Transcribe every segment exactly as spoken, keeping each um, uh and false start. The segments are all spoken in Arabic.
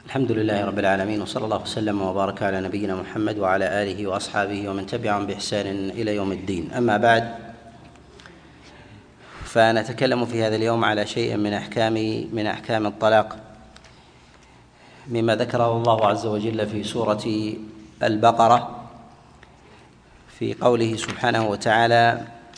الحمد لله رب العالمين، وصلى الله وسلم وبارك على نبينا محمد وعلى آله وأصحابه ومن تبعهم بإحسان إلى يوم الدين. أما بعد، فنتكلم في هذا اليوم على شيء من أحكام من أحكام الطلاق، مما ذكره الله عز وجل في سورة البقرة في قوله سبحانه وتعالى: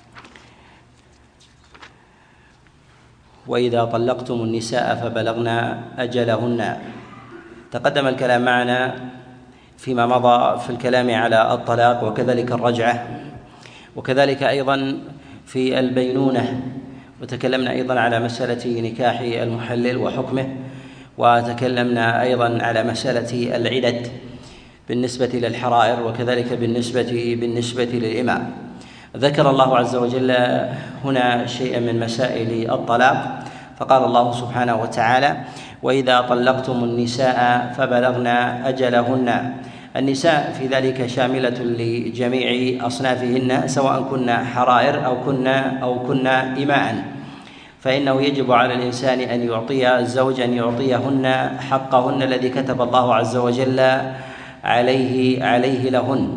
وإذا طلقتم النساء فبلغن أجلهن. تقدم الكلام معنا فيما مضى في الكلام على الطلاق، وكذلك الرجعة، وكذلك أيضا في البينونة، وتكلمنا أيضا على مسألة نكاح المحلل وحكمه، وتكلمنا أيضا على مسألة العدد بالنسبة للحرائر، وكذلك بالنسبة بالنسبة للإماء. ذكر الله عز وجل هنا شيئا من مسائل الطلاق، فقال الله سبحانه وتعالى: وإذا طلقتم النساء فبلغن أجلهن. النساء في ذلك شاملة لجميع أصنافهن، سواء كن حرائر أو كن أو كن إماء، فإنه يجب على الإنسان أن يعطي الزوج أن يعطيهن حقهن الذي كتب الله عز وجل عليه عليه لهن.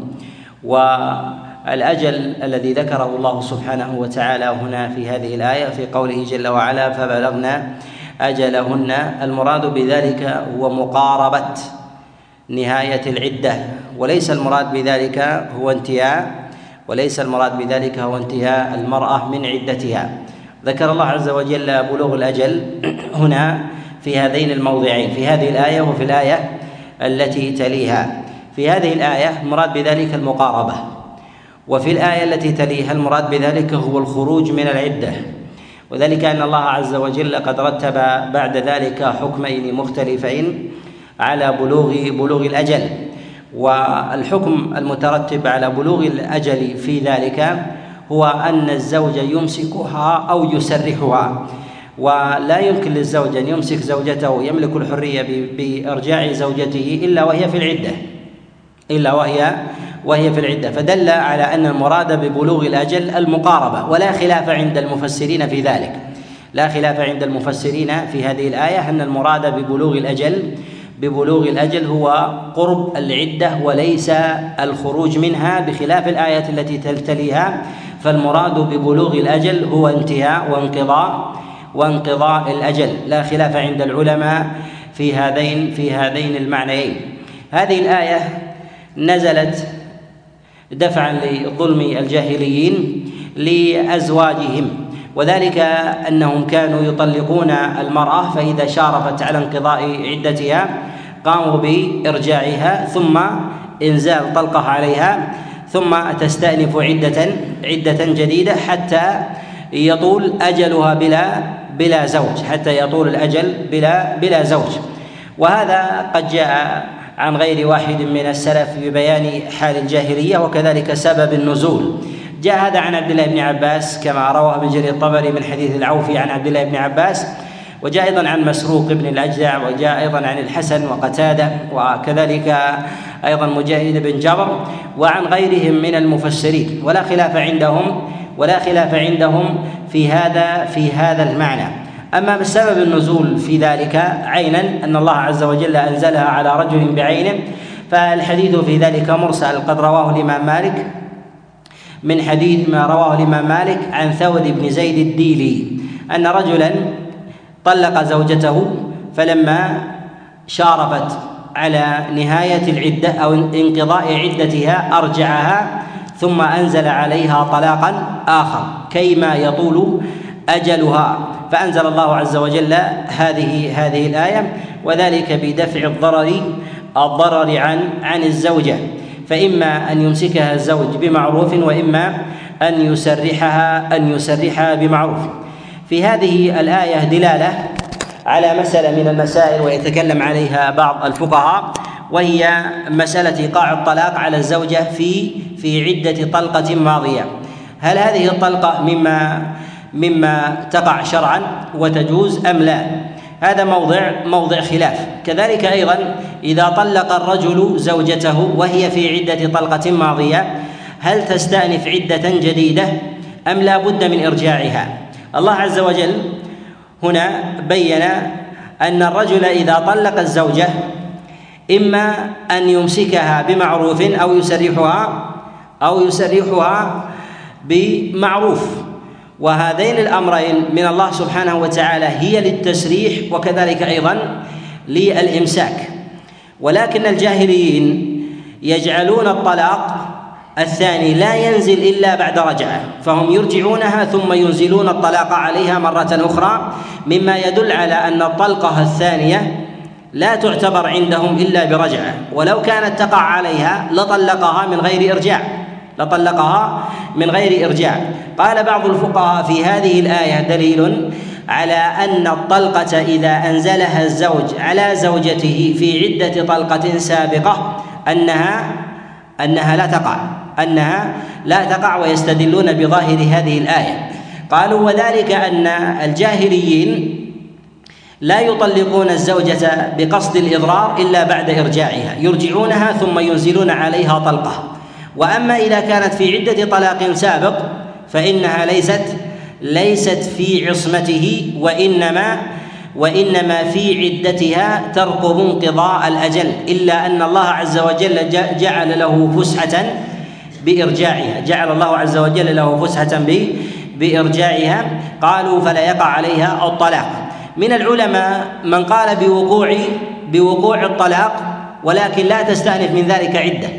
والأجل الذي ذكره الله سبحانه وتعالى هنا في هذه الآية في قوله جل وعلا: فبلغن أجلهن، المراد بذلك هو مقاربة نهاية العدة، وليس المراد بذلك هو انتهاء وليس المراد بذلك هو انتهاء المرأة من عدتها. ذكر الله عز وجل بلوغ الأجل هنا في هذين الموضعين، في هذه الآية وفي الآية التي تليها. في هذه الآية المراد بذلك المقاربة، وفي الآية التي تليها المراد بذلك هو الخروج من العدة، وذلك أن الله عز وجل قد رتب بعد ذلك حكمين مختلفين على بلوغ بلوغ الأجل. والحكم المترتب على بلوغ الأجل في ذلك هو أن الزوج يمسكها أو يسرحها، ولا يمكن للزوج أن يمسك زوجته يملك الحرية بإرجاع زوجته إلا وهي في العدة إلا وهي وهي في العدة فدل على أن المراد ببلوغ الأجل المقاربة، ولا خلاف عند المفسرين في ذلك لا خلاف عند المفسرين في هذه الآية أن المراد ببلوغ الأجل ببلوغ الأجل هو قرب العدة وليس الخروج منها، بخلاف الآية التي تلتليها، فالمراد ببلوغ الأجل هو انتهاء وانقضاء وانقضاء الأجل. لا خلاف عند العلماء في هذين في هذين المعنيين. هذه الآية نزلت دفعا لظلم الجاهليين لأزواجهم، وذلك أنهم كانوا يطلقون المرأة، فإذا شارفت على انقضاء عدتها قاموا بإرجاعها ثم إنزال طلقة عليها، ثم تستأنف عدة عدة جديدة حتى يطول أجلها بلا بلا زوج حتى يطول الأجل بلا بلا زوج. وهذا قد جاء عن غير واحد من السلف ببيان حال الجاهلية، وكذلك سبب النزول. جاء هذا عن عبد الله بن عباس كما رواه ابن جرير الطبري من حديث العوفي عن عبد الله بن عباس، وجاء أيضا عن مسروق بن الأجدع، وجاء أيضا عن الحسن وقتادة، وكذلك أيضا مجاهد بن جبر، وعن غيرهم من المفسرين، ولا خلاف عندهم ولا خلاف عندهم في هذا في هذا المعنى. أما بسبب النزول في ذلك عينا أن الله عز وجل أنزلها على رجل بعينه، فالحديث في ذلك مرسل قد رواه الإمام مالك من حديث ما رواه الإمام مالك عن ثور بن زيد الديلي أن رجلا طلق زوجته، فلما شارفت على نهاية العدة أو انقضاء عدتها أرجعها ثم أنزل عليها طلاقا آخر كيما يطول أجلها، فأنزل الله عز وجل هذه هذه الآية، وذلك بدفع الضرر الضرر عن عن الزوجة، فإما أن يمسكها الزوج بمعروف وإما أن يسرحها أن يسرحها بمعروف. في هذه الآية دلالة على مسألة من المسائل ويتكلم عليها بعض الفقهاء، وهي مسألة إيقاع الطلاق على الزوجة في في عدة طلقة ماضية. هل هذه الطلقة مما مما تقع شرعا وتجوز أم لا؟ هذا موضع موضع خلاف. كذلك أيضا إذا طلق الرجل زوجته وهي في عدة طلقة ماضية، هل تستأنف عدة جديدة أم لا بد من إرجاعها؟ الله عز وجل هنا بين أن الرجل إذا طلق الزوجة إما أن يمسكها بمعروف أو يسرحها أو يسرحها بمعروف، وهذين الأمرين من الله سبحانه وتعالى هي للتسريح وكذلك أيضا للإمساك. ولكن الجاهليين يجعلون الطلاق الثاني لا ينزل إلا بعد رجعة، فهم يرجعونها ثم ينزلون الطلاق عليها مرة أخرى، مما يدل على أن الطلقة الثانية لا تعتبر عندهم إلا برجعة، ولو كانت تقع عليها لطلقها من غير إرجاع لطلقها من غير إرجاع. قال بعض الفقهاء في هذه الآية دليل على أن الطلقة إذا أنزلها الزوج على زوجته في عدة طلقة سابقة أنها أنها لا تقع أنها لا تقع ويستدلون بظاهر هذه الآية. قالوا وذلك أن الجاهليين لا يطلقون الزوجة بقصد الإضرار إلا بعد إرجاعها، يرجعونها ثم ينزلون عليها طلقة. وأما إذا كانت في عدة طلاق سابق فإنها ليست ليست في عصمته، وإنما وإنما في عدتها ترقب انقضاء الأجل، إلا أن الله عز وجل جعل له فسحة بإرجاعها جعل الله عز وجل له فسحة بإرجاعها. قالوا فلا يقع عليها الطلاق. من العلماء من قال بوقوع بوقوع الطلاق ولكن لا تستأنف من ذلك عدة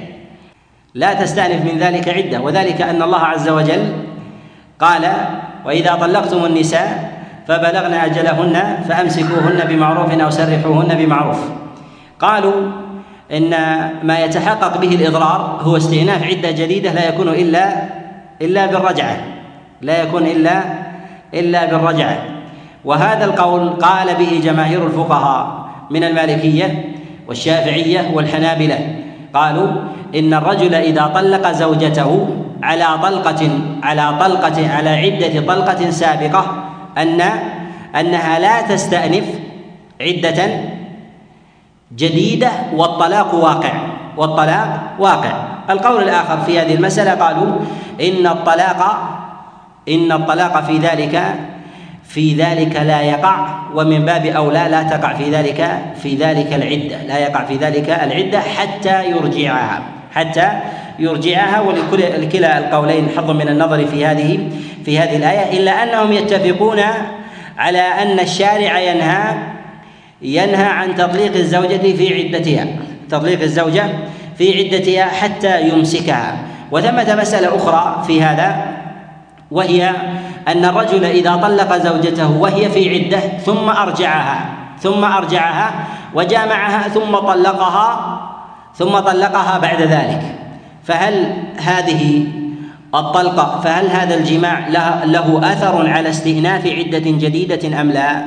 لا تستأنف من ذلك عدة وذلك أن الله عز وجل قال وإذا طلقتم النساء فبلغن أجلهن فأمسكوهن بمعروف أو سرحوهن بمعروف. قالوا إن ما يتحقق به الإضرار هو استئناف عدة جديدة لا يكون إلا إلا بالرجعة لا يكون إلا إلا بالرجعة. وهذا القول قال به جماهير الفقهاء من المالكية والشافعية والحنابلة. قالوا إن الرجل إذا طلق زوجته على طلقة على طلقة على عدة طلقة سابقة أن أنها لا تستأنف عدة جديدة والطلاق واقع والطلاق واقع. القول الآخر في هذه المسألة قالوا إن الطلاق إن الطلاق في ذلك في ذلك لا يقع، ومن باب أولى لا تقع في ذلك في ذلك العدة لا يقع في ذلك العدة حتى يرجعها حتى يرجعها. ولكلا القولين حظ من النظر في هذه في هذه الآية، إلا أنهم يتفقون على أن الشارع ينهى ينهى عن تطليق الزوجة في عدتها تطليق الزوجة في عدتها حتى يمسكها. وثمة مسألة أخرى في هذا، وهي أن الرجل إذا طلق زوجته وهي في عدة ثم أرجعها ثم أرجعها وجامعها ثم طلقها ثم طلقها بعد ذلك، فهل هذه الطلقة فهل هذا الجماع له أثر على استئناف عدة جديدة أم لا؟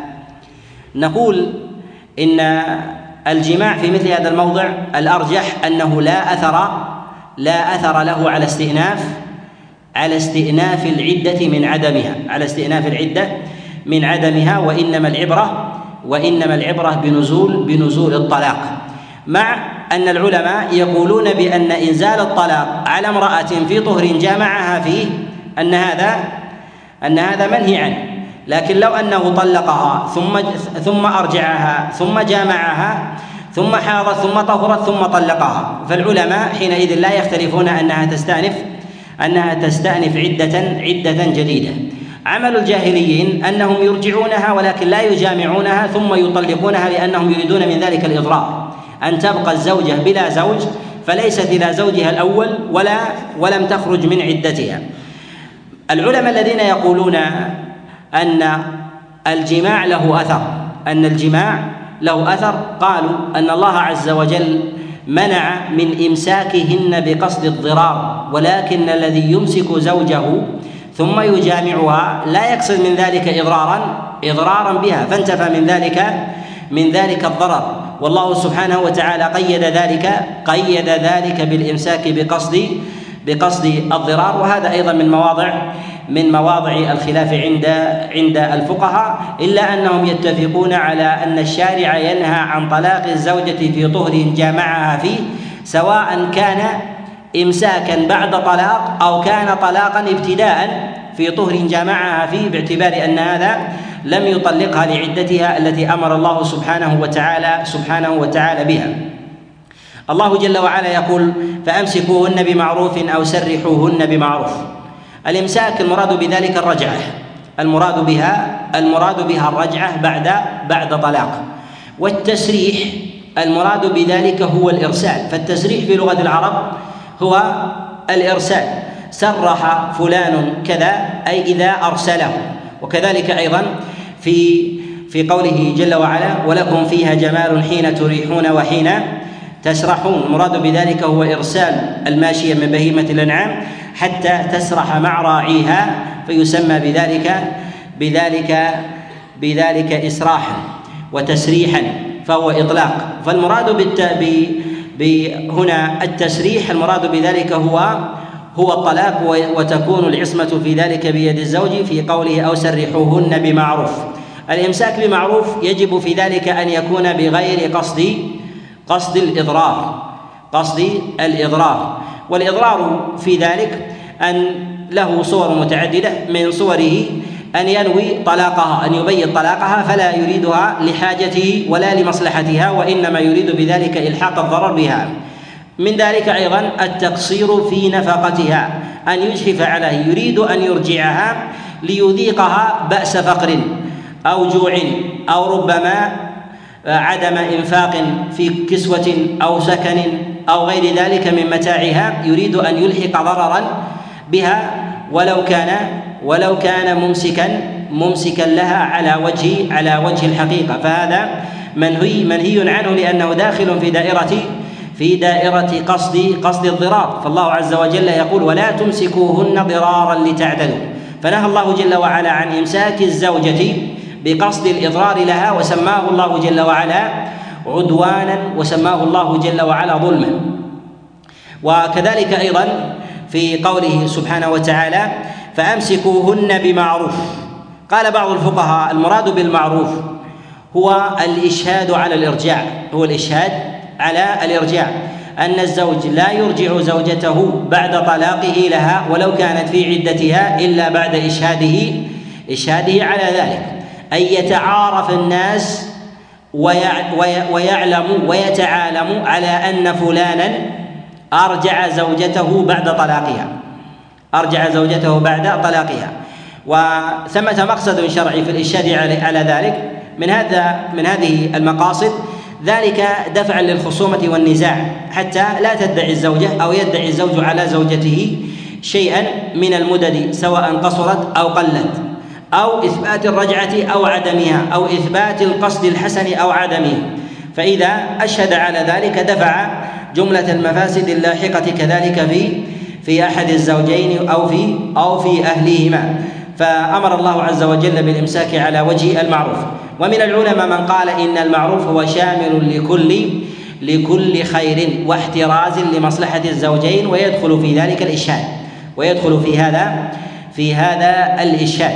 نقول إن الجماع في مثل هذا الموضع الأرجح أنه لا أثر لا أثر له على استئناف على استئناف العدة من عدمها على استئناف العدة من عدمها وإنما العبرة وإنما العبرة بنزول بنزول الطلاق. مع أن العلماء يقولون بأن إنزال الطلاق على امرأة في طهر جامعها فيه أن هذا أن هذا منهي عنه، لكن لو أنه طلقها ثم ثم أرجعها ثم جامعها ثم حاضت ثم طهرت ثم طلقها، فالعلماء حينئذ لا يختلفون أنها تستأنف أنها تستأنف عدة عدة جديدة. عمل الجاهليين أنهم يرجعونها ولكن لا يجامعونها ثم يطلقونها، لأنهم يريدون من ذلك الإضرار، أن تبقى الزوجة بلا زوج فليست إلى زوجها الأول ولا ولم تخرج من عدتها. العلماء الذين يقولون أن الجماع له أثر أن الجماع له أثر قالوا أن الله عز وجل منع من إمساكهن بقصد الضرار، ولكن الذي يمسك زوجه ثم يجامعها لا يقصد من ذلك إضرارا إضرارا بها، فانتفى من ذلك من ذلك الضرر. والله سبحانه وتعالى قيد ذلك قيد ذلك بالإمساك بقصد بقصد الضرار، وهذا أيضا من مواضع من مواضع الخلاف عند عند الفقهاء، إلا أنهم يتفقون على أن الشارع ينهى عن طلاق الزوجة في طهر جامعها فيه، سواء كان إمساكا بعد طلاق أو كان طلاقا ابتداء في طهر جامعها فيه، باعتبار أن هذا لم يطلقها لعدتها التي أمر الله سبحانه وتعالى سبحانه وتعالى بها. الله جل وعلا يقول فأمسكوهن بمعروف أو سرحوهن بمعروف. الإمساك المراد بذلك الرجعة، المراد بها المراد بها الرجعة بعد بعد طلاق. والتسريح المراد بذلك هو الإرسال، فالتسريح في لغة العرب هو الإرسال، سرح فلان كذا أي إذا أرسله. وكذلك أيضا في في قوله جل وعلا ولكم فيها جمال حين تريحون وحين تسرحون، المراد بذلك هو إرسال الماشية من بهيمة الأنعام حتى تسرح مع راعيها، فيسمى بذلك بذلك بذلك إسراحا وتسريحا، فهو إطلاق. فالمراد هنا التسريح المراد بذلك هو هو الطلاق، وتكون العصمة في ذلك بيد الزوج في قوله أو سرحوهن بمعروف. الإمساك بمعروف يجب في ذلك أن يكون بغير قصد قصد الإضرار قصد الإضرار والإضرار في ذلك أن له صور متعددة، من صوره أن ينوي طلاقها، أن يبين طلاقها فلا يريدها لحاجته ولا لمصلحتها، وإنما يريد بذلك إلحاق الضرر بها. من ذلك أيضا التقصير في نفقتها، أن يجحف عليه، يريد أن يرجعها ليذيقها بأس فقر أو جوع أو ربما عدم إنفاق في كسوة أو سكن أو غير ذلك من متاعها، يريد أن يلحق ضررا بها ولو كان ولو كان ممسكا ممسكا لها على وجه على وجه الحقيقة، فهذا منهي منهي عنه لأنه داخل في دائرة في دائرة قصد قصد الضرار. فالله عز وجل يقول ولا تمسكوهن ضرارا لتعتدوا، فنهى الله جل وعلا عن إمساك الزوجة بقصد الإضرار لها، وسماه الله جل وعلا عدوانا، وسماه الله جل وعلا ظلما. وكذلك أيضا في قوله سبحانه وتعالى فأمسكوهن بمعروف، قال بعض الفقهاء المراد بالمعروف هو الإشهاد على الإرجاع، هو الإشهاد على الإرجاع، أن الزوج لا يرجع زوجته بعد طلاقه لها ولو كانت في عدتها إلا بعد إشهاده إشهاده على ذلك، أن يتعارف الناس ويعلموا ويتعالموا على أن فلانا أرجع زوجته بعد طلاقها أرجع زوجته بعد طلاقها. وثمة مقصد شرعي في الإشهاد على ذلك من هذا من هذه المقاصد، ذلك دفعا للخصومة والنزاع، حتى لا تدعي الزوجة أو يدعي الزوج على زوجته شيئا من المدد سواء قصرت أو قلت، أو إثبات الرجعة أو عدمها، أو إثبات القصد الحسن أو عدمه، فإذا أشهد على ذلك دفع جملة المفاسد اللاحقة كذلك في في أحد الزوجين أو في أو في أهليهما. فأمر الله عز وجل بالإمساك على وجه المعروف. ومن العلماء من قال إن المعروف هو شامل لكل لكل خير واحتراز لمصلحة الزوجين، ويدخل في ذلك الإشهاد ويدخل في هذا في هذا الإشهاد.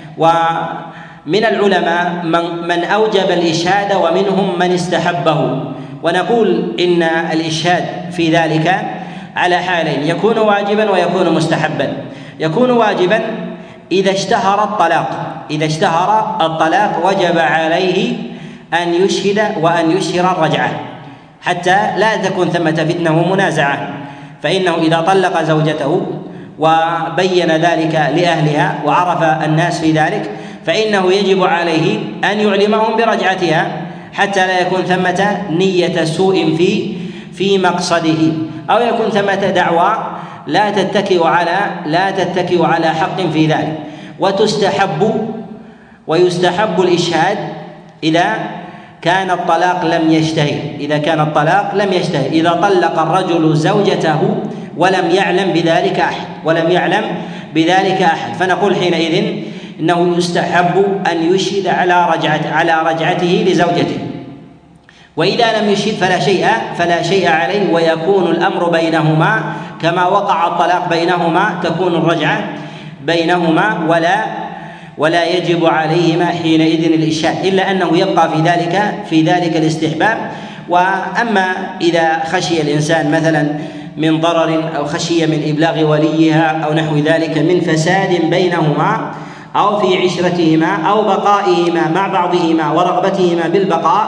ومن العلماء من, من أوجب الإشهاد ومنهم من استحبه، ونقول إن الإشهاد في ذلك على حالين، يكون واجبا ويكون مستحبا. يكون واجبا إذا اشتهر الطلاق إذا اشتهر الطلاق وجب عليه أن يشهد وأن يشهر الرجعة حتى لا تكون ثمة فتنة ومنازعة، فإنه إذا طلق زوجته وبين ذلك لأهلها وعرف الناس في ذلك، فإنه يجب عليه أن يعلمهم برجعتها حتى لا يكون ثمة نية سوء في في مقصده، أو يكون ثمة دعوى لا تتكئ على لا تتكئ على حق في ذلك. وتستحب ويستحب الإشهاد إذا كان الطلاق لم يشتهر إذا كان الطلاق لم يشتهر إذا طلق الرجل زوجته ولم يعلم بذلك أحد ولم يعلم بذلك أحد فنقول حينئذ إنه يستحب أن يشهد على رجعة على رجعته لزوجته. وإذا لم يشهد فلا شيء فلا شيء عليه، ويكون الأمر بينهما كما وقع الطلاق بينهما، تكون الرجعة بينهما ولا ولا يجب عليهما حينئذ الإشهاد، إلا أنه يبقى في ذلك في ذلك الاستحباب. وأما إذا خشي الإنسان مثلا من ضرر أو خشي من إبلاغ وليها أو نحو ذلك من فساد بينهما أو في عشرتهما أو بقائهما مع بعضهما ورغبتهما بالبقاء،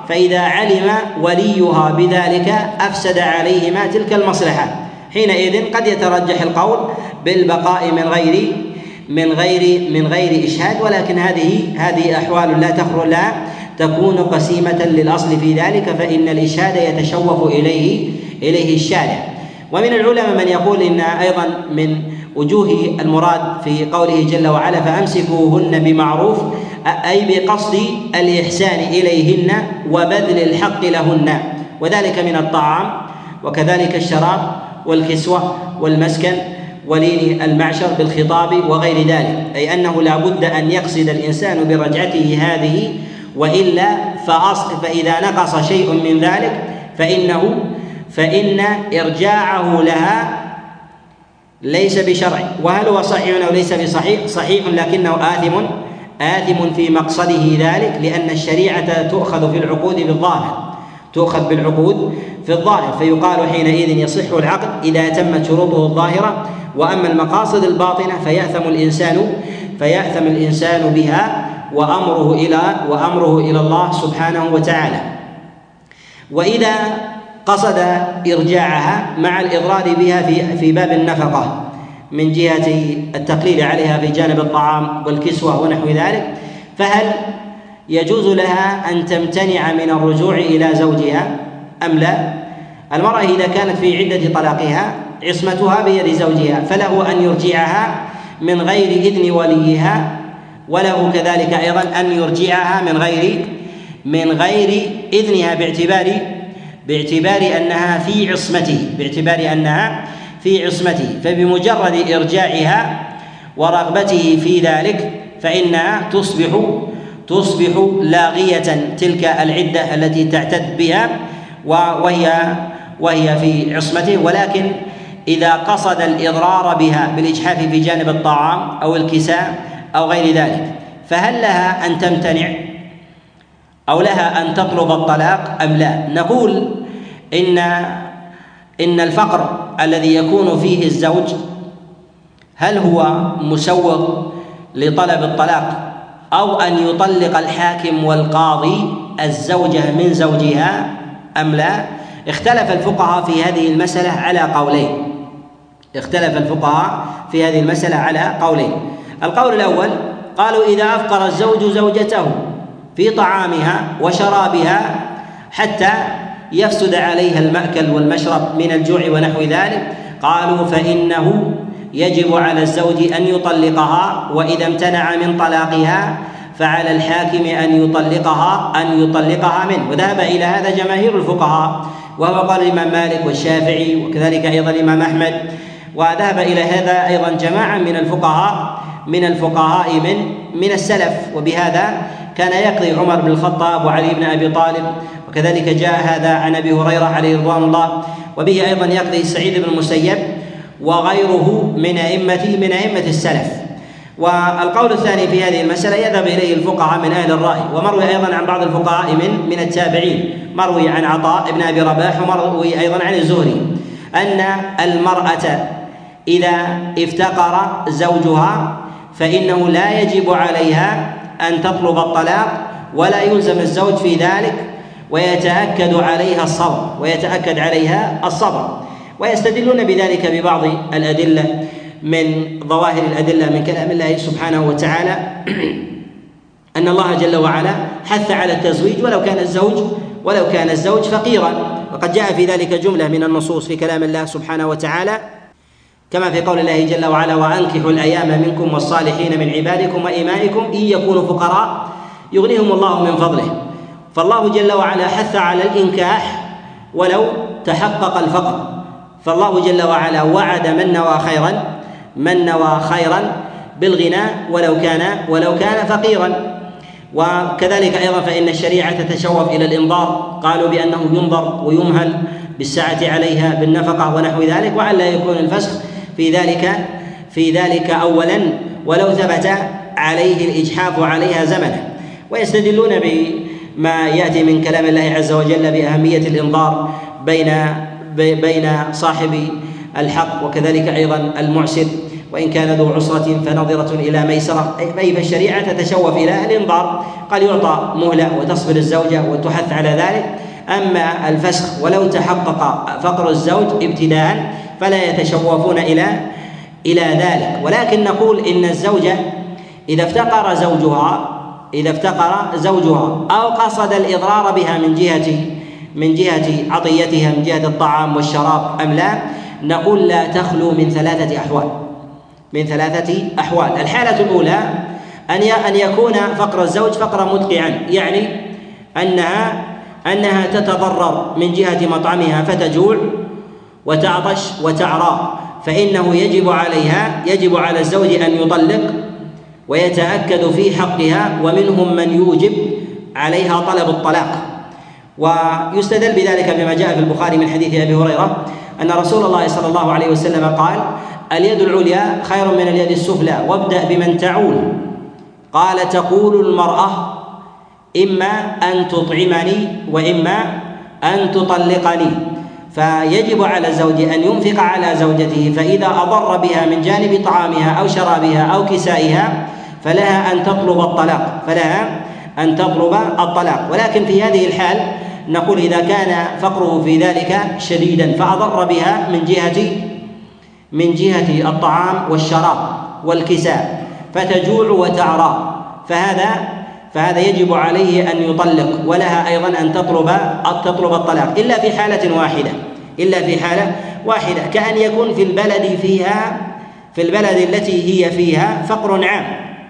فإذا علم وليها بذلك أفسد عليهما تلك المصلحة، حينئذ قد يترجح القول بالبقاء من غير من غير من غير إشهاد، ولكن هذه هذه أحوال لا تخرج لا تكون قسيمة للأصل في ذلك، فإن الإشهاد يتشوف إليه إليه الشارع. ومن العلماء من يقول إن أيضا من وجوه المراد في قوله جل وعلا فأمسكوهن بمعروف أي بقصد الإحسان إليهن وبذل الحق لهن، وذلك من الطعام وكذلك الشراب والكسوة والمسكن ولين المعشر بالخطاب وغير ذلك، أي أنه لا بد أن يقصد الإنسان برجعته هذه، وإلا فأصل فإذا نقص شيء من ذلك فإنه فإن إرجاعه لها ليس بشرع. وهل هو صحيح أو ليس بصحيح؟ صحيح، لكنه آثم آثم في مقصده ذلك، لأن الشريعة تؤخذ في العقود بالظاهر تؤخذ بالعقود في الظاهر، فيقال حينئذ يصح العقد إذا تمت شروطه الظاهرة، وأما المقاصد الباطنة فيأثم الإنسان فيأثم الإنسان بها وأمره إلى وأمره إلى الله سبحانه وتعالى. وإذا قصد إرجاعها مع الإضرار بها في في باب النفقة من جهة التقليل عليها في جانب الطعام والكسوة ونحو ذلك، فهل يجوز لها أن تمتنع من الرجوع إلى زوجها أم لا؟ المرأة إذا كانت في عدة طلاقها عصمتها بيد زوجها، فله أن يرجعها من غير إذن وليها، وله كذلك أيضا أن يرجعها من غير من غير إذنها باعتبار باعتبار أنها في عصمته باعتبار أنها في عصمته فبمجرد إرجاعها ورغبته في ذلك فإنها تصبح تصبح لاغية تلك العدة التي تعتد بها وهي وهي في عصمته. ولكن إذا قصد الإضرار بها بالإجحاف في جانب الطعام أو الكساء أو غير ذلك، فهل لها أن تمتنع أو لها أن تطلب الطلاق أم لا؟ نقول إن إن الفقر الذي يكون فيه الزوج هل هو مسوغ لطلب الطلاق أو أن يطلق الحاكم والقاضي الزوجة من زوجها أم لا؟ اختلف الفقهاء في هذه المسألة على قولين اختلف الفقهاء في هذه المسألة على قولين القول الأول قالوا إذا أفقر الزوج زوجته في طعامها وشرابها حتى يفسد عليها المأكل والمشرب من الجوع ونحو ذلك، قالوا فإنه يجب على الزوج أن يطلقها، وإذا امتنع من طلاقها فعلى الحاكم أن يطلقها أن يطلقها منه. وذهب إلى هذا جماهير الفقهاء، وهو قال الإمام مالك والشافعي وكذلك أيضا الإمام أحمد، وذهب إلى هذا أيضا جماعة من الفقهاء من الفقهاء من من السلف. وبهذا كان يقضي عمر بن الخطاب وعلي بن أبي طالب، وكذلك جاء هذا عن أبي هريرة عليه رضوان الله، وبه أيضا يقضي سعيد بن المسيب وغيره من أئمة من أئمة السلف. والقول الثاني في هذه المسألة يذهب إليه الفقهاء من أهل الرأي، ومروي أيضا عن بعض الفقهاء من من التابعين، مروي عن عطاء بن أبي رباح ومروي أيضا عن الزهري أن المرأة إذا افتقر زوجها فإنه لا يجب عليها أن تطلب الطلاق، ولا يلزم الزوج في ذلك، ويتأكد عليها الصبر ويتأكد عليها الصبر ويستدلون بذلك ببعض الأدلة من ظواهر الأدلة من كلام الله سبحانه وتعالى أن الله جل وعلا حث على التزويج ولو كان الزوج ولو كان الزوج فقيرا، وقد جاء في ذلك جملة من النصوص في كلام الله سبحانه وتعالى كما في قول الله جل وعلا وأنكحوا الأيام منكم والصالحين من عبادكم وإمائكم إن يكونوا فقراء يغنيهم الله من فضله. فالله جل وعلا حث على الإنكاح ولو تحقق الفقر، فالله جل وعلا وعد من نوى خيرا من نوى خيرا بالغنى ولو كان ولو كان فقيرا. وكذلك أيضا فإن الشريعة تتشوف إلى الإنظار، قالوا بأنه ينظر ويمهل بالسعة عليها بالنفقة ونحو ذلك، وعلى يكون الفسخ في ذلك في ذلك أولا ولو ثبت عليه الإجحاف عليها زمنا. ويستدلون بما يأتي من كلام الله عز وجل بأهمية الإنظار بين بين صاحب الحق وكذلك أيضا المعسر، وإن كان ذو عسرة فنظرة إلى ميسرة، أي فالشريعة تتشوف إلى الإنظار، قال يعطى مهلة وتصبر الزوجة وتحث على ذلك. أما الفسخ ولو تحقق فقر الزوج ابتداء فلا يتشوفون إلى إلى ذلك. ولكن نقول إن الزوجة إذا افتقر زوجها إذا افتقر زوجها أو قصد الإضرار بها من جهة من جهة عطيتها من جهة الطعام والشراب أم لا، نقول لا تخلو من ثلاثة أحوال من ثلاثة أحوال. الحالة الأولى أن أن يكون فقر الزوج فقرا مدقعا، يعني أنها أنها تتضرر من جهة مطعمها فتجوع وتعطش وتعرى، فإنه يجب عليها يجب على الزوج أن يطلق ويتأكد في حقها، ومنهم من يوجب عليها طلب الطلاق. ويستدل بذلك بما جاء في البخاري من حديث أبي هريرة أن رسول الله صلى الله عليه وسلم قال: اليد العليا خير من اليد السفلى، وابدأ بمن تعول. قال: تقول المرأة: إما أن تطعمني وإما أن تطلقني. فيجب على الزوج أن ينفق على زوجته، فإذا أضر بها من جانب طعامها أو شرابها أو كسائها فلها أن تطلب الطلاق فلها أن تطلب الطلاق. ولكن في هذه الحال نقول إذا كان فقره في ذلك شديدا فأضر بها من جهة من جهة الطعام والشراب والكساء فتجوع وتعرى، فهذا فهذا يجب عليه أن يطلق، ولها أيضا أن تطلب تطلب الطلاق، إلا في حالة واحدة إلا في حالة واحدة كأن يكون في البلد فيها في البلد التي هي فيها فقر عام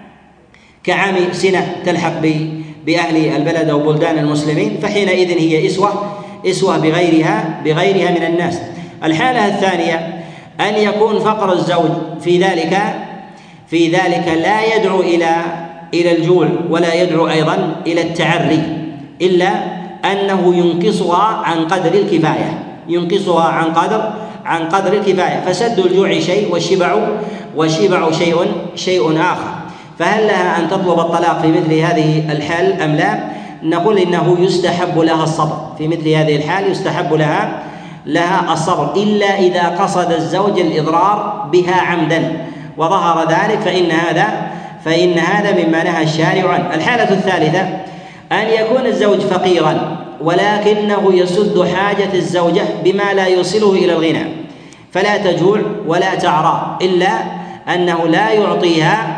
كعام سنة تلحق بأهل البلد أو بلدان المسلمين، فحينئذ هي إسوة إسوة بغيرها بغيرها من الناس. الحالة الثانية أن يكون فقر الزوج في ذلك في ذلك لا يدعو إلى إلى الجوع ولا يدعو أيضا إلى التعري، إلا أنه ينقصها عن قدر الكفاية ينقصها عن قدر عن قدر الكفاية فسد الجوع شيء والشبع والشبع شيء شيء آخر. فهل لها أن تطلب الطلاق في مثل هذه الحال أم لا؟ نقول إنه يستحب لها الصبر في مثل هذه الحال، يستحب لها لها الصبر، إلا إذا قصد الزوج الإضرار بها عمدا وظهر ذلك فإن هذا فإن هذا مما نهى الشارع عنه. الحالة الثالثة أن يكون الزوج فقيرا ولكنه يسد حاجة الزوجة بما لا يوصله إلى الغنى، فلا تجوع ولا تعرى، إلا أنه لا يعطيها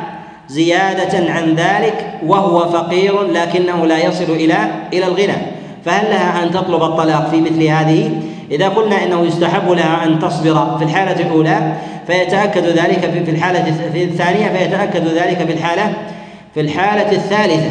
زيادة عن ذلك وهو فقير لكنه لا يصل إلى إلى الغنى. فهل لها أن تطلب الطلاق في مثل هذه؟ إذا قلنا إنه يستحب لها أن تصبر في الحالة الأولى فيتأكد ذلك في الحالة الثانية فيتأكد ذلك في الحالة في الحالة الثالثة.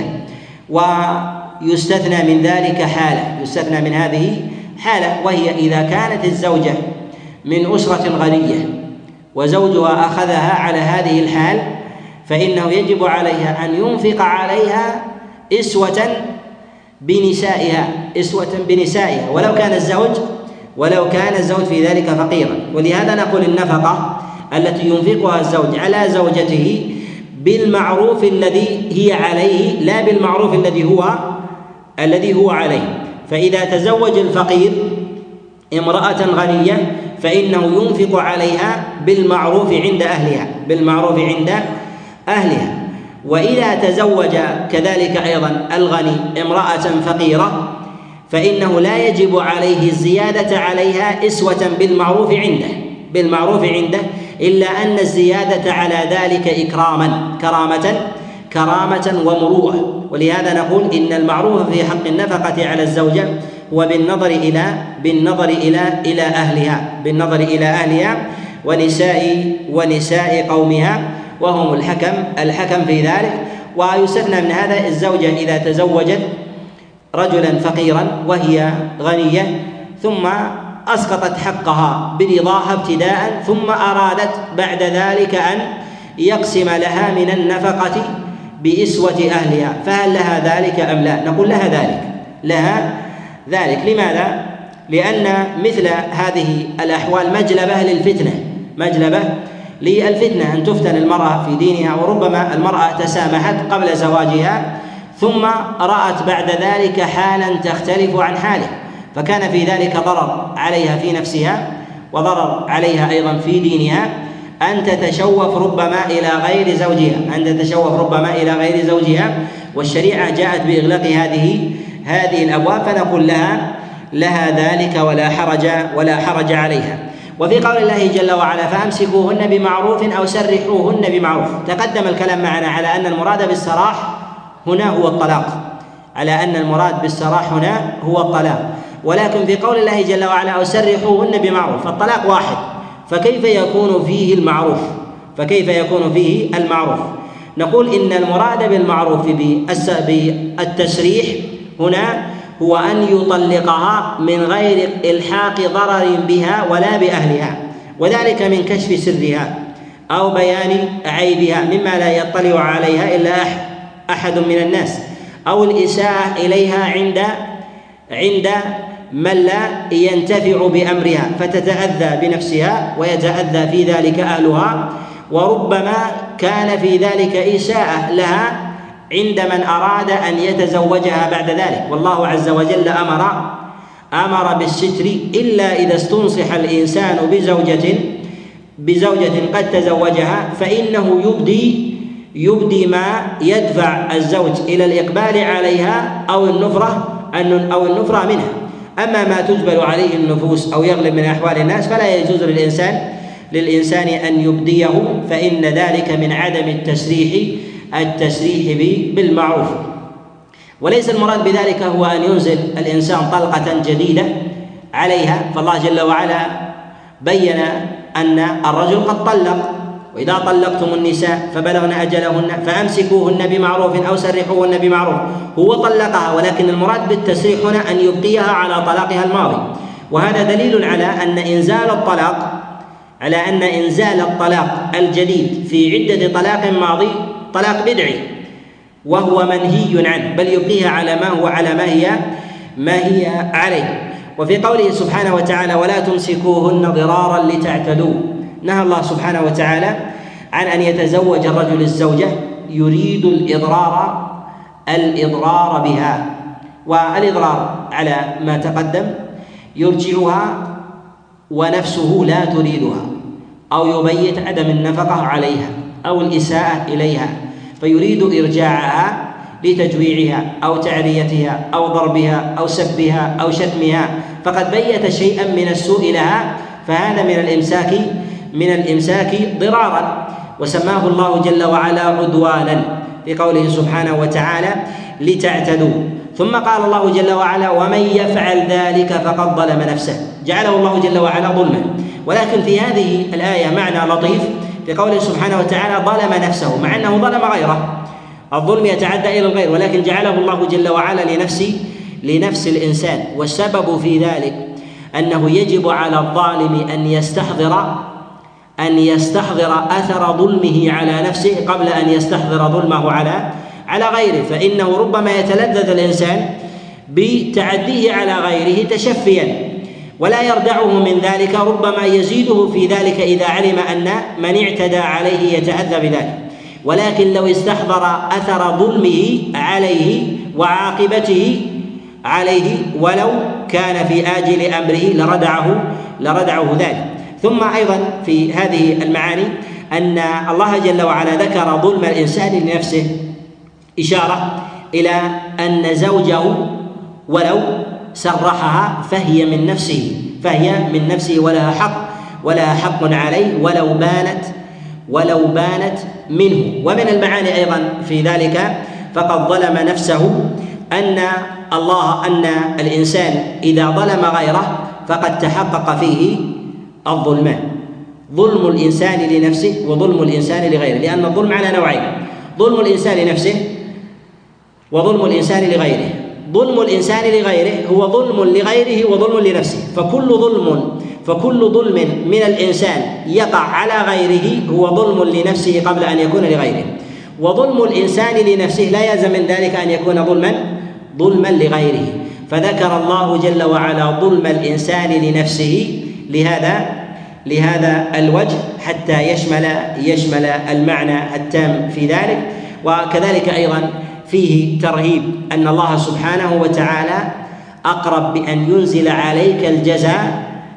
ويستثنى من ذلك حالة يستثنى من هذه حالة، وهي إذا كانت الزوجة من أسرة غنية وزوجها أخذها على هذه الحال فإنه يجب عليها أن ينفق عليها إسوة بنسائها إسوة بنسائها ولو كان الزوج ولو كان الزوج في ذلك فقيرا. ولهذا نقول النفقة التي ينفقها الزوج على زوجته بالمعروف الذي هي عليه لا بالمعروف الذي هو الذي هو عليه. فإذا تزوج الفقير امرأة غنية فإنه ينفق عليها بالمعروف عند أهلها بالمعروف عند أهلها. وإذا تزوج كذلك أيضا الغني امرأة فقيرة فإنه لا يجب عليه الزيادة عليها إسوة بالمعروف عنده بالمعروف عنده إلا أن الزيادة على ذلك إكراما كرامة كرامة ومروءة. ولهذا نقول إن المعروف في حق النفقة على الزوجة هو بالنظر إلى بالنظر إلى إلى أهلها بالنظر إلى أهلها ونساء ونساء قومها وهم الحكم الحكم في ذلك. ويستثنى من هذا الزوجة إذا تزوجت رجلا فقيرا وهي غنية ثم أسقطت حقها برضاها ابتداء ثم أرادت بعد ذلك أن يقسم لها من النفقة بإسوة أهلها، فهل لها ذلك أم لا؟ نقول لها ذلك لها ذلك. لماذا؟ لأن مثل هذه الأحوال مجلبة للفتنة مجلبة للفتنة أن تفتن المرأة في دينها، وربما المرأة تسامحت قبل زواجها ثم رأت بعد ذلك حالا تختلف عن حاله، فكان في ذلك ضرر عليها في نفسها وضرر عليها أيضا في دينها. أن تتشوف ربما إلى غير زوجها أن تتشوف ربما إلى غير زوجها والشريعة جاءت بإغلاق هذه هذه الأبواب، فنقول لها لها ذلك ولا حرج ولا حرج عليها. وفي قول الله جل وعلا فأمسكوهن بمعروف أو سرحوهن بمعروف، تقدم الكلام معنا على أن المراد بالسراح هنا هو الطلاق، على أن المراد بالسراح هنا هو الطلاق، ولكن في قول الله جل وعلا أو سرحوهن بمعروف فالطلاق واحد، فكيف يكون فيه المعروف فكيف يكون فيه المعروف؟ نقول إن المراد بالمعروف بالتسريح هنا هو أن يطلقها من غير إلحاق ضرر بها ولا بأهلها، وذلك من كشف سرها أو بيان عيبها مما لا يطلع عليها إلا أحد من الناس، أو الإساءة إليها عند عند من لا ينتفع بأمرها فتتأذى بنفسها ويتأذى في ذلك أهلها، وربما كان في ذلك إساءة لها عند من أراد أن يتزوجها بعد ذلك، والله عز وجل أمر أمر بالستر إلا إذا استنصح الإنسان بزوجة بزوجة قد تزوجها فإنه يبدي يبدي ما يدفع الزوج إلى الإقبال عليها أو النفرة أو النفرة منها. أما ما تجبل عليه النفوس أو يغلب من أحوال الناس فلا يجوز للإنسان للإنسان أن يبديه، فإن ذلك من عدم التسريح التسريح بالمعروف. وليس المراد بذلك هو أن ينزل الإنسان طلقة جديدة عليها، فالله جل وعلا بين أن الرجل قد طلق، وإذا طلقتم النساء فبلغن أجلهن فأمسكوهن بمعروف أو سرحوهن بمعروف، هو طلقها، ولكن المراد بالتسريح هنا أن يبقيها على طلاقها الماضي، وهذا دليل على أن إنزال الطلاق على أن إنزال الطلاق الجديد في عدة طلاق ماضي طلاق بدعي وهو منهي عنه، بل يبقيها على ما هو على ما هي ما هي عليه. وفي قوله سبحانه وتعالى ولا تمسكوهن ضرارا لتعتدوا، نهى الله سبحانه وتعالى عن أن يتزوج الرجل الزوجة يريد الإضرار الإضرار بها، والإضرار على ما تقدم يرجعها ونفسه لا تريدها، أو يبيت عدم النفقة عليها أو الإساءة إليها فيريد إرجاعها لتجويعها أو تعريتها أو ضربها أو سبها أو شتمها، فقد بيت شيئا من السوء لها، فهذا من الإمساك من الإمساك ضرارا، وسماه الله جل وعلا عدوانا في قوله سبحانه وتعالى لتعتدوا. ثم قال الله جل وعلا ومن يفعل ذلك فقد ظلم نفسه، جعله الله جل وعلا ظلما. ولكن في هذه الآية معنى لطيف في قوله سبحانه وتعالى ظلم نفسه، مع أنه ظلم غيره، الظلم يتعدى إلى الغير، ولكن جعله الله جل وعلا لنفس لنفس الإنسان. والسبب في ذلك أنه يجب على الظالم أن يستحضر أن يستحضر أثر ظلمه على نفسه قبل أن يستحضر ظلمه على على غيره، فإنه ربما يتلذذ الإنسان بتعديه على غيره تشفيا ولا يردعه من ذلك، ربما يزيده في ذلك إذا علم أن من اعتدى عليه يتأذى بذلك. ولكن لو استحضر أثر ظلمه عليه وعاقبته عليه ولو كان في آجل أمره لردعه لردعه ذلك. ثم أيضا في هذه المعاني أن الله جل وعلا ذكر ظلم الإنسان لنفسه إشارة إلى أن زوجه ولو سرحها فهي من نفسه فهي من نفسه ولها حق ولها حق عليه ولو بانت ولو بانت منه. ومن المعاني أيضا في ذلك فقد ظلم نفسه أن الله أن الإنسان إذا ظلم غيره فقد تحقق فيه الظلمان، ظلم الإنسان لنفسه وظلم الإنسان لغيره، لأن الظلم على نوعين: ظلم الإنسان لنفسه وظلم الإنسان لغيره. ظلم الإنسان لغيره هو ظلم لغيره وظلم لنفسه، فكل ظلم فكل ظلم من الإنسان يقع على غيره هو ظلم لنفسه قبل أن يكون لغيره، وظلم الإنسان لنفسه لا يلزم من ذلك أن يكون ظلما ظلما لغيره. فذكر الله جل وعلا ظلم الإنسان لنفسه لهذا لهذا الوجه حتى يشمل يشمل المعنى التام في ذلك. وكذلك أيضا فيه ترهيب أن الله سبحانه وتعالى أقرب بأن ينزل عليك الجزاء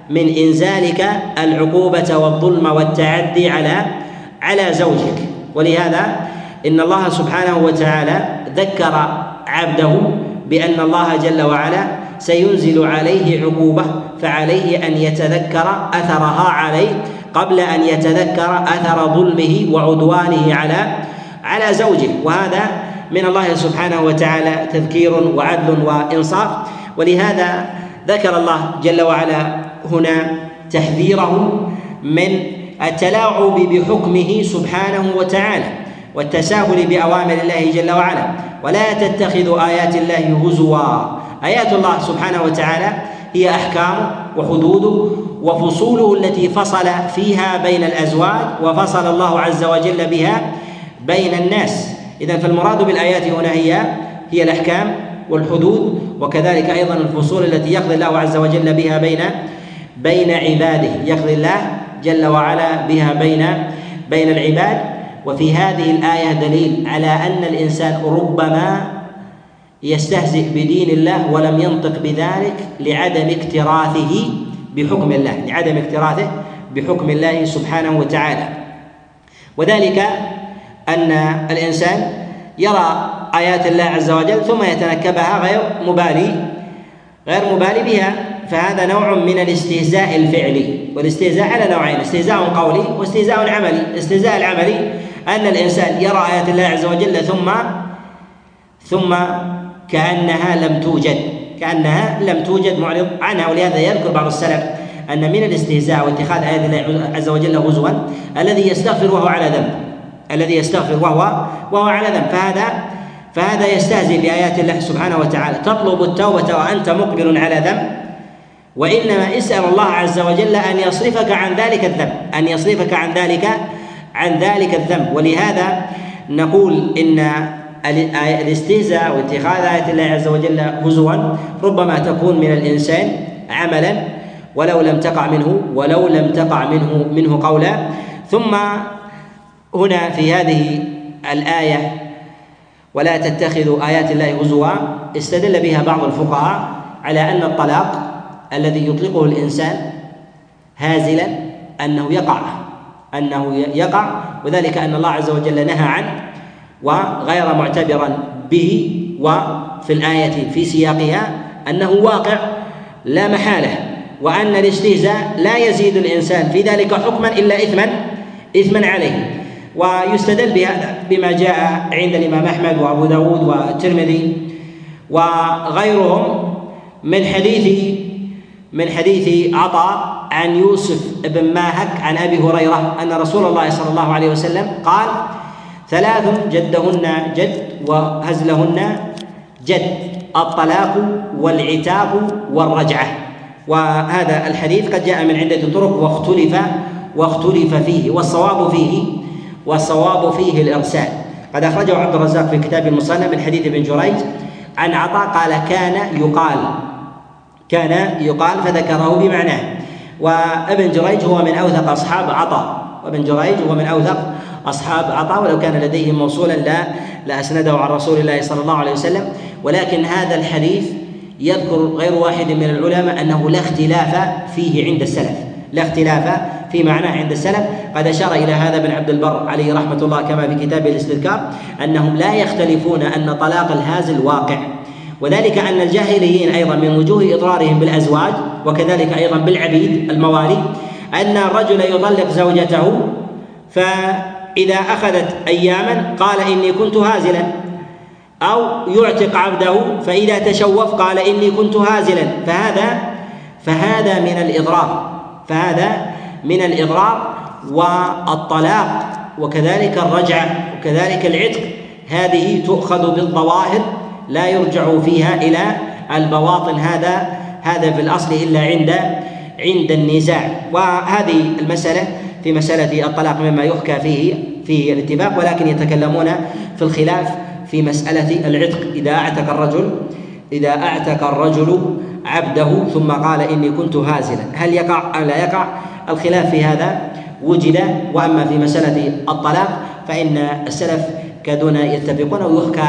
من إنزالك العقوبة والظلم والتعدي على على زوجك. ولهذا إن الله سبحانه وتعالى ذكر عبده بأن الله جل وعلا سينزل عليه عقوبة، فعليه أن يتذكر أثرها عليه قبل أن يتذكر أثر ظلمه وعدوانه على على زوجه، وهذا من الله سبحانه وتعالى تذكير وعدل وإنصاف. ولهذا ذكر الله جل وعلا هنا تحذيره من التلاعب بحكمه سبحانه وتعالى والتساهل بأوامر الله جل وعلا. ولا تتخذوا آيات الله هزوا. آيات الله سبحانه وتعالى هي أحكامه وحدوده وفصوله التي فصل فيها بين الأزواج وفصل الله عز وجل بها بين الناس. إذن فالمراد بالآيات هنا هي هي الأحكام والحدود، وكذلك أيضا الفصول التي يقضي الله عز وجل بها بين بين عباده، يقضي الله جل وعلا بها بين بين العباد. وفي هذه الآية دليل على أن الإنسان ربما يستهزئ بدين الله ولم ينطق بذلك لعدم اكتراثه بحكم الله، لعدم اكتراثه بحكم الله سبحانه وتعالى. وذلك أن الإنسان يرى آيات الله عز وجل ثم يتنكبها غير مبالي غير مبالي بها، فهذا نوع من الاستهزاء الفعلي. والاستهزاء على نوعين: استهزاء قولي واستهزاء عملي. الاستهزاء العملي أن الإنسان يرى آيات الله عز وجل ثم ثم كأنها لم توجد كأنها لم توجد معرض عنها. ولهذا يذكر بعض السلف أن من الاستهزاء واتخاذ آيات الله عز وجل هزوا الذي يستغفر وهو على ذنب الذي يستغفر وهو وهو على ذنب فهذا فهذا يستهزئ بآيات الله سبحانه وتعالى. تطلب التوبة وأنت مقبل على ذنب، وإنما اسأل الله عز وجل أن يصرفك عن ذلك الذنب أن يصرفك عن ذلك عن ذلك الذنب. ولهذا نقول إن الاستهزاء واتخاذ آيات الله عز وجل هزوا ربما تكون من الإنسان عملا ولو لم تقع منه ولو لم تقع منه منه قولا. ثم هنا في هذه الآية ولا تتخذوا آيات الله هزوا استدل بها بعض الفقهاء على أن الطلاق الذي يطلقه الإنسان هازلا أنه يقع أنه يقع وذلك أن الله عز وجل نهى عنه وغير معتبرا به، وفي الآية في سياقها أنه واقع لا محالة، وأن الاستهزاء لا يزيد الإنسان في ذلك حكما إلا إثما إثما عليه. ويستدل بهذا بما جاء عند الإمام أحمد وأبو داود والترمذي وغيرهم من حديث من حديث عطاء عن يوسف بن ماهك عن أبي هريرة أن رسول الله صلى الله عليه وسلم قال: ثلاث جدهن جد وهزلهن جد: الطلاق والعتاب والرجعة. وهذا الحديث قد جاء من عدة طرق واختلف واختلف فيه، والصواب فيه والصواب فيه الإرسال. قد أخرجه عبد الرزاق في كتاب المصنف من حديث ابن جريج عن عطاء قال: كان يقال كان يقال فذكره بمعناه. وابن جريج هو من أوثق أصحاب عطاء وابن جريج هو من أوثق أصحاب عطاء، ولو كان لديهم موصولا لا لأسنده عن رسول الله صلى الله عليه وسلم. ولكن هذا الحديث يذكر غير واحد من العلماء أنه لا اختلاف فيه عند السلف لا اختلاف في معناه عند السلف. قد أشار إلى هذا ابن عبد البر عليه رحمة الله كما في كتابه الاستذكار أنهم لا يختلفون أن طلاق الهازل واقع، وذلك أن الجاهليين أيضا من وجوه إضرارهم بالأزواج وكذلك أيضا بالعبيد الموالي أن الرجل يطلق زوجته فإذا أخذت أياما قال إني كنت هازلا، أو يعتق عبده فإذا تشوف قال إني كنت هازلا، فهذا فهذا من الإضرار فهذا من الإضرار. والطلاق وكذلك الرجعة وكذلك العتق هذه تؤخذ بالظواهر لا يرجع فيها إلى البواطن، هذا هذا في الأصل إلا عند عند النزاع. وهذه المسألة في مسألة الطلاق مما يحكى فيه فيه الاتفاق، ولكن يتكلمون في الخلاف في مسألة العتق. إذا أعتق الرجل إذا أعتق الرجل عبده ثم قال إني كنت هازلا هل يقع أو لا يقع؟ الخلاف في هذا وجد. وأما في مسألة الطلاق فإن السلف كادون يتفقون، ويحكى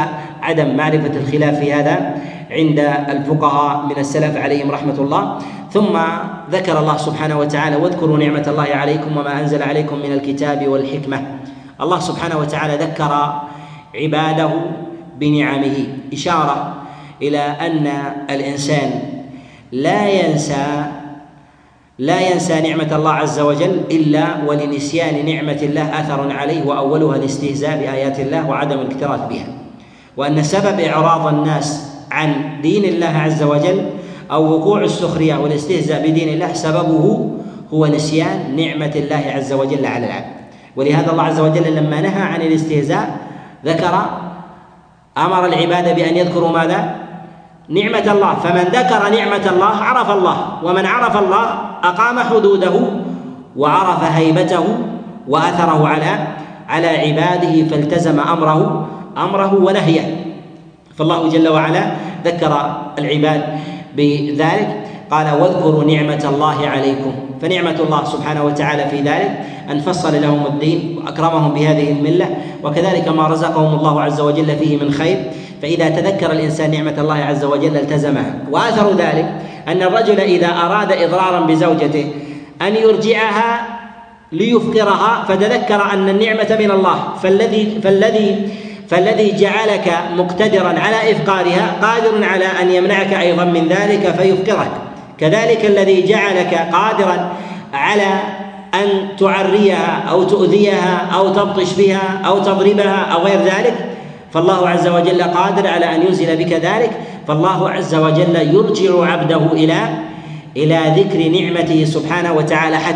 عدم معرفة الخلاف في هذا عند الفقهاء من السلف عليهم رحمة الله. ثم ذكر الله سبحانه وتعالى: واذكروا نعمة الله عليكم وما أنزل عليكم من الكتاب والحكمة. الله سبحانه وتعالى ذكر عباده بنعمه، إشارة إلى أن الإنسان لا ينسى لا ينسى نعمة الله عز وجل إلا ولنسيان نعمة الله أثر عليه، وأولها الاستهزاء بآيات الله وعدم الاكتراث بها، وأن سبب إعراض الناس عن دين الله عز وجل أو وقوع السخرية والاستهزاء بدين الله سببه هو نسيان نعمة الله عز وجل على العبد. ولهذا الله عز وجل لما نهى عن الاستهزاء ذكر أمر العباد بأن يذكروا ماذا؟ نعمة الله. فمن ذكر نعمة الله عرف الله، ومن عرف الله أقام حدوده وعرف هيبته وأثره على على عباده، فالتزم أمره أمره ونهيه. فالله جل وعلا ذكر العباد بذلك، قال: واذكروا نعمة الله عليكم. فنعمة الله سبحانه وتعالى في ذلك أن فصل لهم الدين وأكرمهم بهذه الملة، وكذلك ما رزقهم الله عز وجل فيه من خير. فإذا تذكر الإنسان نعمة الله عز وجل التزمها. وآثر ذلك أن الرجل إذا أراد إضرارا بزوجته أن يرجعها ليفقرها فتذكر أن النعمة من الله، فالذي فالذي فالذي جعلك مقتدرا على إفقارها قادر على أن يمنعك أيضا من ذلك فيفقرك. كذلك الذي جعلك قادرا على أن تعريها أو تؤذيها أو تبطش بها أو تضربها أو غير ذلك، فالله عز وجل قادر على أن ينزل بك ذلك. فالله عز وجل يرجع عبده إلى إلى ذكر نعمته سبحانه وتعالى حتى